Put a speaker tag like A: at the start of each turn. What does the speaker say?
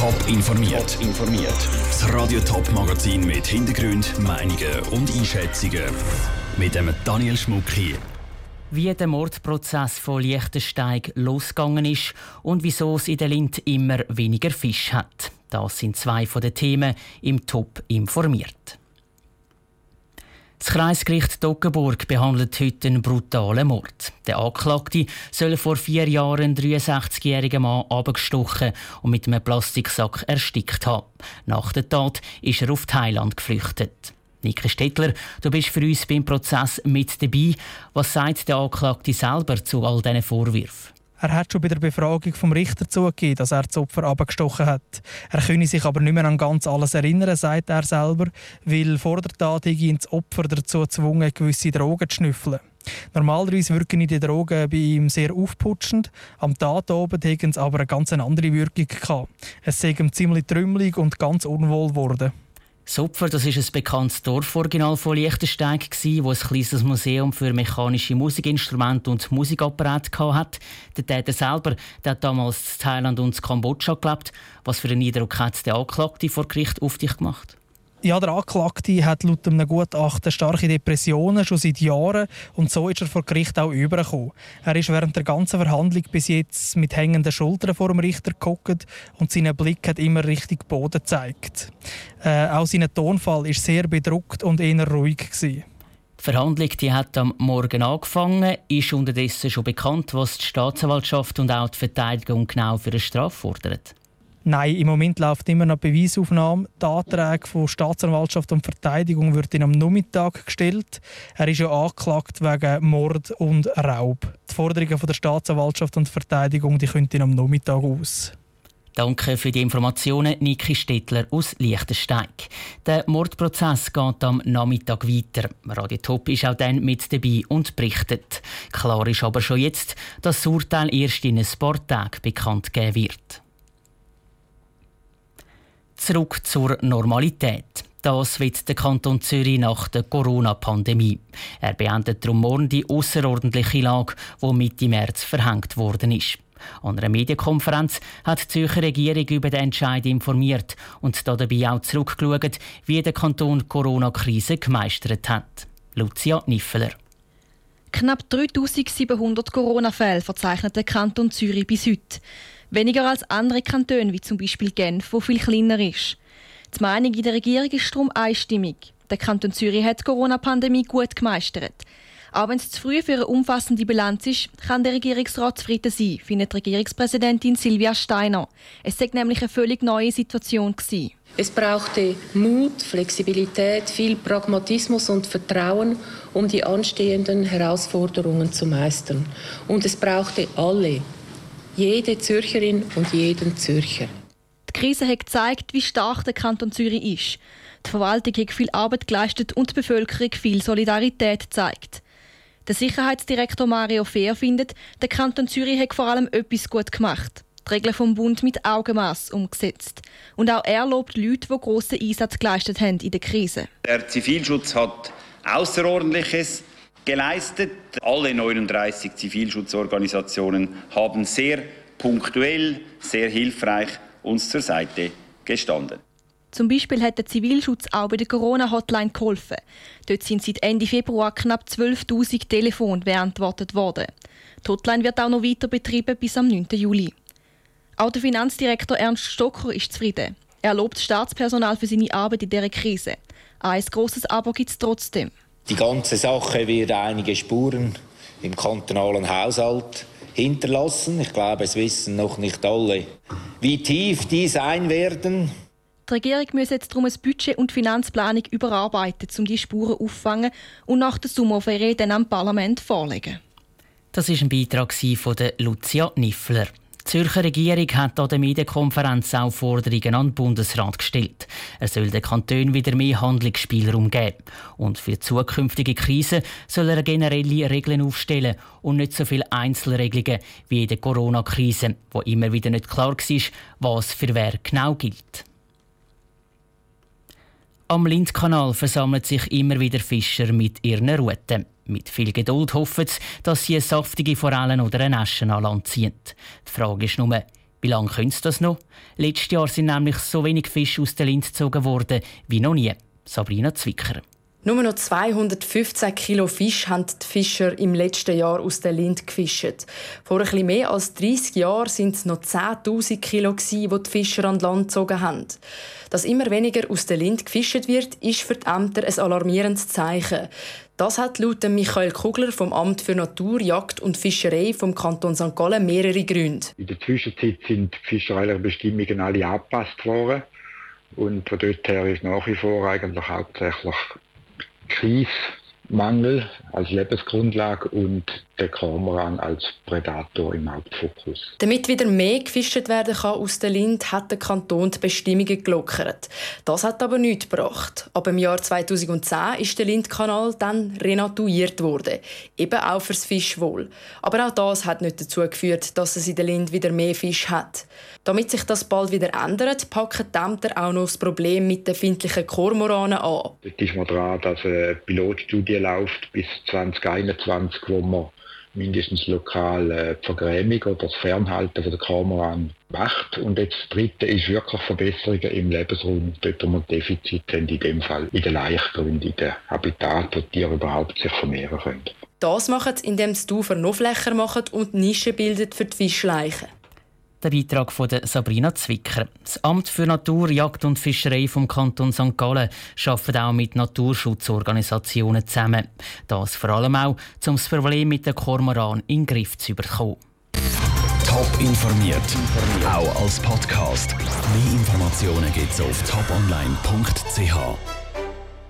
A: Top informiert. Das Radio Top Magazin mit Hintergrund, Meinungen und Einschätzungen mit dem Daniel Schmuck hier.
B: Wie der Mordprozess von Liechtenstein losgegangen ist und wieso es in der Lind immer weniger Fisch hat. Das sind zwei von den Themen im Top informiert. Das Kreisgericht Toggenburg behandelt heute einen brutalen Mord. Der Angeklagte soll vor 4 Jahren einen 63-jährigen Mann abgestochen und mit einem Plastiksack erstickt haben. Nach der Tat ist er auf Thailand geflüchtet. Niki Stettler, du bist für uns beim Prozess mit dabei. Was sagt der Angeklagte selber zu all diesen Vorwürfen?
C: Er hat schon bei der Befragung vom Richter zugegeben, dass er das Opfer abgestochen hat. Er könne sich aber nicht mehr an ganz alles erinnern, sagt er selber, weil vor der Tat ihn das Opfer dazu gezwungen, gewisse Drogen zu schnüffeln. Normalerweise wirken die Drogen bei ihm sehr aufputschend. Am Tatabend hatten sie aber eine ganz andere Wirkung gehabt. Es sei ihm ziemlich trümmelig und ganz unwohl geworden.
B: Das Opfer, das ist ein bekanntes Dorforiginal von Liechtenstein, das ein kleines Museum für mechanische Musikinstrumente und Musikapparate hatte. Der Täter selber der hat damals in Thailand und in Kambodscha gelebt. Was für einen Eindruck hat der Angeklagte vor Gericht auf dich gemacht?
C: Ja, der Angeklagte hat laut einem Gutachten starke Depressionen schon seit Jahren und so ist er vor Gericht auch übergekommen. Er ist während der ganzen Verhandlung bis jetzt mit hängenden Schultern vor dem Richter gehockt und sein Blick hat immer Richtung Boden gezeigt. Auch sein Tonfall war sehr bedrückt und eher ruhig gewesen.
B: Die Verhandlung die hat am Morgen angefangen. Ist unterdessen schon bekannt, was die Staatsanwaltschaft und auch die Verteidigung genau für eine Strafe fordert?
C: Nein, im Moment läuft immer noch Beweisaufnahme. Die Anträge von Staatsanwaltschaft und Verteidigung werden am Nachmittag gestellt. Er ist ja angeklagt wegen Mord und Raub. Die Forderungen von der Staatsanwaltschaft und Verteidigung die kommen am Nachmittag aus.
B: Danke für die Informationen, Niki Stettler aus Liechtenstein. Der Mordprozess geht am Nachmittag weiter. Radio Top ist auch dann mit dabei und berichtet. Klar ist aber schon jetzt, dass das Urteil erst in ein paar Tagen bekannt geben wird. Zurück zur Normalität. Das wird der Kanton Zürich nach der Corona-Pandemie. Er beendet darum morgen die ausserordentliche Lage, die Mitte März verhängt worden ist. An einer Medienkonferenz hat die Zürcher Regierung über den Entscheid informiert und dabei auch zurückgeschaut, wie der Kanton die Corona-Krise gemeistert hat. Lucia Niffeler.
D: Knapp 3700 Corona-Fälle verzeichnet der Kanton Zürich bis heute. Weniger als andere Kantone, wie zum Beispiel Genf, wo viel kleiner ist. Die Meinung in der Regierung ist darum einstimmig. Der Kanton Zürich hat die Corona-Pandemie gut gemeistert. Auch wenn es zu früh für eine umfassende Bilanz ist, kann der Regierungsrat zufrieden sein, findet die Regierungspräsidentin Silvia Steiner. Es sei nämlich eine völlig neue Situation gewesen.
E: Es brauchte Mut, Flexibilität, viel Pragmatismus und Vertrauen, um die anstehenden Herausforderungen zu meistern. Und es brauchte alle. Jede Zürcherin und jeden Zürcher.
D: Die Krise hat gezeigt, wie stark der Kanton Zürich ist. Die Verwaltung hat viel Arbeit geleistet und die Bevölkerung viel Solidarität gezeigt. Der Sicherheitsdirektor Mario Fehr findet, der Kanton Zürich hat vor allem etwas gut gemacht. Die Regeln vom Bund mit Augenmaß umgesetzt. Und auch er lobt Leute, die grossen Einsatz geleistet haben in der Krise.
F: Der Zivilschutz hat Außerordentliches geleistet. Alle 39 Zivilschutzorganisationen haben sehr punktuell, sehr hilfreich uns zur Seite gestanden.
D: Zum Beispiel hat der Zivilschutz auch bei der Corona-Hotline geholfen. Dort sind seit Ende Februar knapp 12'000 Telefone beantwortet worden. Die Hotline wird auch noch weiter betrieben bis am 9. Juli. Auch der Finanzdirektor Ernst Stocker ist zufrieden. Er lobt das Staatspersonal für seine Arbeit in dieser Krise. Ein grosses Aber gibt es trotzdem.
G: Die ganze Sache wird einige Spuren im kantonalen Haushalt hinterlassen. Ich glaube, es wissen noch nicht alle, wie tief die sein werden.
D: Die Regierung muss jetzt darum ein Budget und Finanzplanung überarbeiten, um die Spuren auffangen und nach der Sommerferien dann am Parlament vorlegen.
B: Das war ein Beitrag von Lucia Niffeler. Die Zürcher Regierung hat an der Medienkonferenz auch Forderungen an den Bundesrat gestellt. Er soll den Kantonen wieder mehr Handlungsspielraum geben. Und für zukünftige Krisen soll er generelle Regeln aufstellen und nicht so viele Einzelregelungen wie in der Corona-Krise, wo immer wieder nicht klar war, was für wer genau gilt. Am Lindkanal versammeln sich immer wieder Fischer mit ihren Ruten. Mit viel Geduld hoffen sie, dass sie eine saftige Forelle oder eine Asche an Land ziehen. Die Frage ist nur, Wie lange können sie das noch? Letztes Jahr sind nämlich so wenig Fische aus der Lind gezogen worden wie noch nie. Sabrina Zwicker.
H: Nur noch 215 Kilo Fisch haben die Fischer im letzten Jahr aus der Lind gefischt. Vor ein bisschen mehr als 30 Jahren waren es noch 10'000 Kilo, die die Fischer an Land gezogen haben. Dass immer weniger aus der Lind gefischt wird, ist für die Ämter ein alarmierendes Zeichen. Das hat laut Michael Kugler vom Amt für Natur, Jagd und Fischerei vom Kanton St. Gallen mehrere Gründe.
I: In der Zwischenzeit sind die fischereilichen Bestimmungen alle angepasst worden. Und von dort her ist nach wie vor eigentlich hauptsächlich Kiesmangel als Lebensgrundlage und der Kormoran als Prädator im Hauptfokus.
H: Damit wieder mehr gefischt werden kann aus der Lind, hat der Kanton die Bestimmungen gelockert. Das hat aber nichts gebracht. Ab dem Jahr 2010 ist der Lindkanal dann renaturiert worden, eben auch fürs Fischwohl. Aber auch das hat nicht dazu geführt, dass es in der Lind wieder mehr Fisch hat. Damit sich das bald wieder ändert, packen die Ämter auch noch das Problem mit den findlichen Kormoranen an.
I: Dort ist man dran, dass eine Pilotstudie läuft bis 2021, wo man mindestens lokal die Vergrämung oder das Fernhalten von der Kormoran macht. Und jetzt das Dritte ist wirklich Verbesserungen im Lebensraum, dort wo wir Defizite haben, in dem Fall in den Laichtern und in den Habitaten, wo die Tiere überhaupt sich vermehren können.
H: Das machen sie, indem sie die Ufer noch flächer machen und Nischen bilden für die Fischleichen.
B: Der Beitrag von Sabrina Zwicker. Das Amt für Natur, Jagd und Fischerei vom Kanton St. Gallen arbeitet auch mit Naturschutzorganisationen zusammen. Das vor allem auch, um das Problem mit den Kormoran in den Griff zu bekommen.
A: Top informiert, auch als Podcast. Mehr Informationen gibt es auf toponline.ch.